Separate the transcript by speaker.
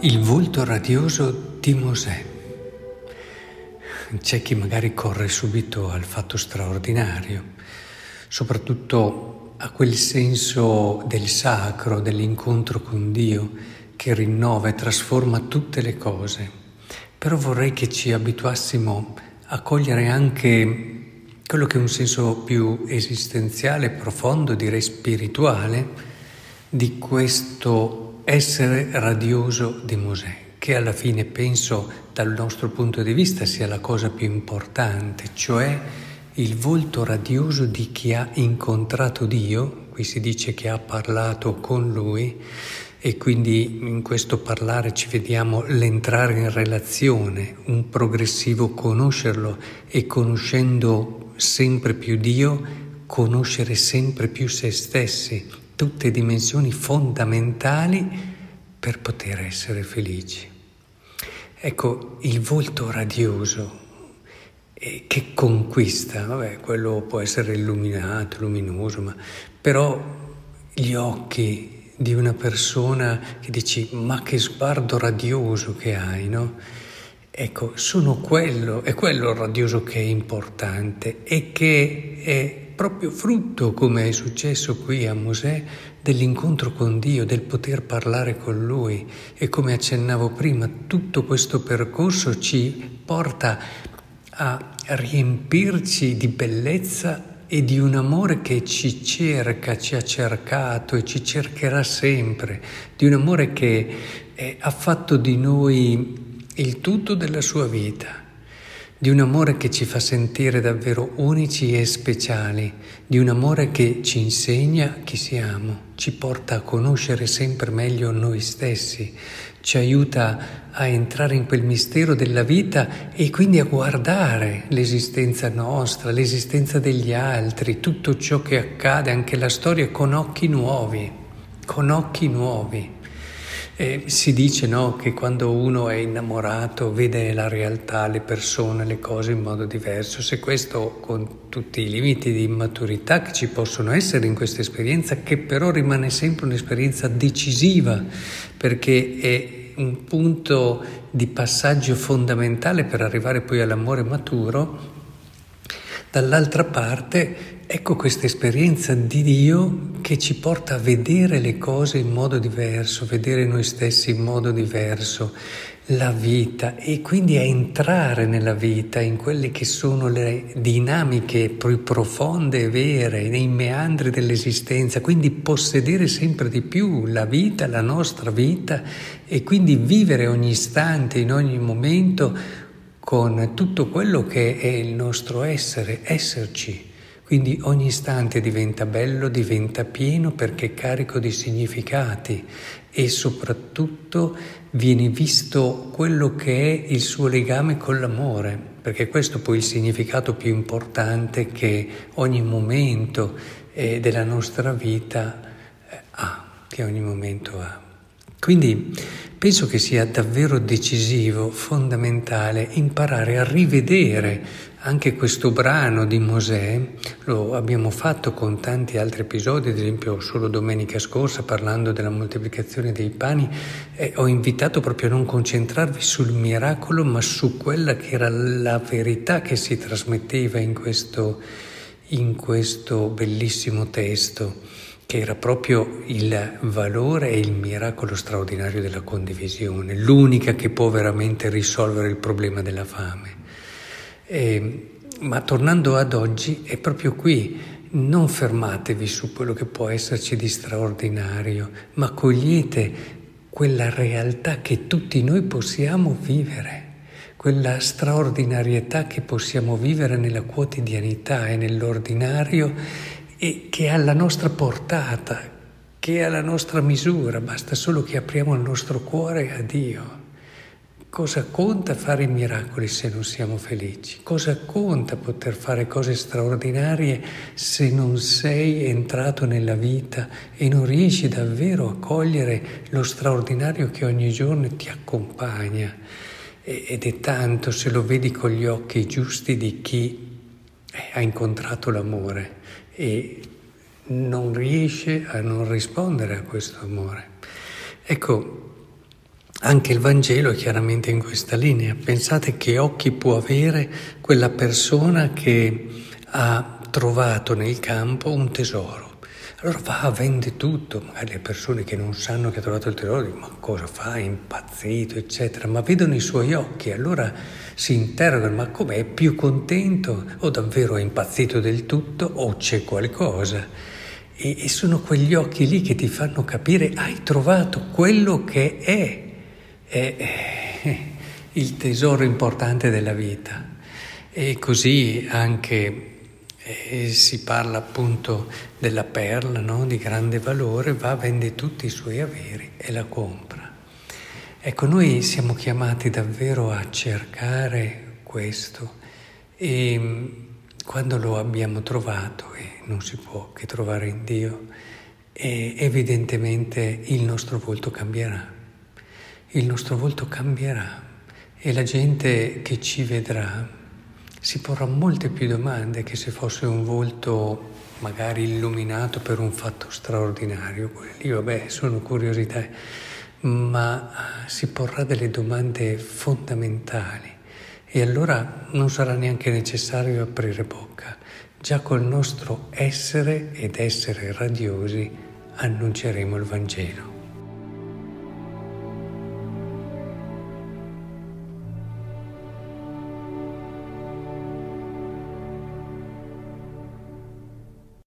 Speaker 1: Il volto radioso di Mosè. C'è chi magari corre subito al fatto straordinario, soprattutto a quel senso del sacro, dell'incontro con Dio che rinnova e trasforma tutte le cose. Però vorrei che ci abituassimo a cogliere anche quello che è un senso più esistenziale, profondo, direi spirituale, di questo essere radioso di Mosè, che alla fine penso dal nostro punto di vista sia la cosa più importante, cioè il volto radioso di chi ha incontrato Dio. Qui si dice che ha parlato con Lui e quindi in questo parlare ci vediamo l'entrare in relazione, un progressivo conoscerlo e conoscendo sempre più Dio, conoscere sempre più se stessi, tutte dimensioni fondamentali per poter essere felici. Ecco, il volto radioso che conquista, quello può essere illuminato, luminoso, però gli occhi di una persona che dici ma che sguardo radioso che hai, no? Ecco, è quello il radioso che è importante e che è proprio frutto, come è successo qui a Mosè, dell'incontro con Dio, del poter parlare con Lui. E come accennavo prima, tutto questo percorso ci porta a riempirci di bellezza e di un amore che ci cerca, ci ha cercato e ci cercherà sempre, di un amore che ha fatto di noi il tutto della sua vita, di un amore che ci fa sentire davvero unici e speciali, di un amore che ci insegna chi siamo, ci porta a conoscere sempre meglio noi stessi, ci aiuta a entrare in quel mistero della vita e quindi a guardare l'esistenza nostra, l'esistenza degli altri, tutto ciò che accade, anche la storia, con occhi nuovi, con occhi nuovi. Si dice, no, che quando uno è innamorato vede la realtà, le persone, le cose in modo diverso. Se questo, con tutti i limiti di immaturità che ci possono essere in questa esperienza, che però rimane sempre un'esperienza decisiva, perché è un punto di passaggio fondamentale per arrivare poi all'amore maturo. Dall'altra parte, ecco questa esperienza di Dio che ci porta a vedere le cose in modo diverso, vedere noi stessi in modo diverso, la vita, e quindi a entrare nella vita, in quelle che sono le dinamiche più profonde e vere, nei meandri dell'esistenza, quindi possedere sempre di più la vita, la nostra vita, e quindi vivere ogni istante, in ogni momento, con tutto quello che è il nostro essere, esserci. Quindi ogni istante diventa bello, diventa pieno perché è carico di significati e soprattutto viene visto quello che è il suo legame con l'amore, perché questo poi è il significato più importante che ogni momento della nostra vita che ogni momento ha. Quindi penso che sia davvero decisivo, fondamentale, imparare a rivedere anche questo brano di Mosè. Lo abbiamo fatto con tanti altri episodi, ad esempio solo domenica scorsa, parlando della moltiplicazione dei pani, ho invitato proprio a non concentrarvi sul miracolo, ma su quella che era la verità che si trasmetteva in questo bellissimo testo, che era proprio il valore e il miracolo straordinario della condivisione, l'unica che può veramente risolvere il problema della fame. Ma tornando ad oggi, è proprio qui, non fermatevi su quello che può esserci di straordinario, ma cogliete quella realtà che tutti noi possiamo vivere, quella straordinarietà che possiamo vivere nella quotidianità e nell'ordinario, e che è alla nostra portata, che è alla nostra misura, basta solo che apriamo il nostro cuore a Dio. Cosa conta fare i miracoli se non siamo felici? Cosa conta poter fare cose straordinarie se non sei entrato nella vita e non riesci davvero a cogliere lo straordinario che ogni giorno ti accompagna? Ed è tanto se lo vedi con gli occhi giusti di chi ha incontrato l'amore e non riesce a non rispondere a questo amore. Ecco, Anche il Vangelo è chiaramente in questa linea. Pensate che occhi può avere quella persona che ha trovato nel campo un tesoro. Allora va, vende tutto, magari le persone che non sanno che ha trovato il tesoro dicono: ma cosa fa, è impazzito, eccetera, ma vedono i suoi occhi, allora si interrogano: ma com'è, è più contento, o davvero è impazzito del tutto, o c'è qualcosa? E sono quegli occhi lì che ti fanno capire: hai trovato quello che è il tesoro importante della vita. E così anche si parla appunto della perla, no? Di grande valore, va, vende tutti i suoi averi e la compra. Ecco, noi siamo chiamati davvero a cercare questo, e quando lo abbiamo trovato, e non si può che trovare in Dio, evidentemente il nostro volto cambierà. Il nostro volto cambierà e la gente che ci vedrà si porrà molte più domande che se fosse un volto magari illuminato per un fatto straordinario. Quelle lì, vabbè, sono curiosità, ma si porrà delle domande fondamentali e allora non sarà neanche necessario aprire bocca. Già col nostro essere ed essere radiosi annunceremo il Vangelo.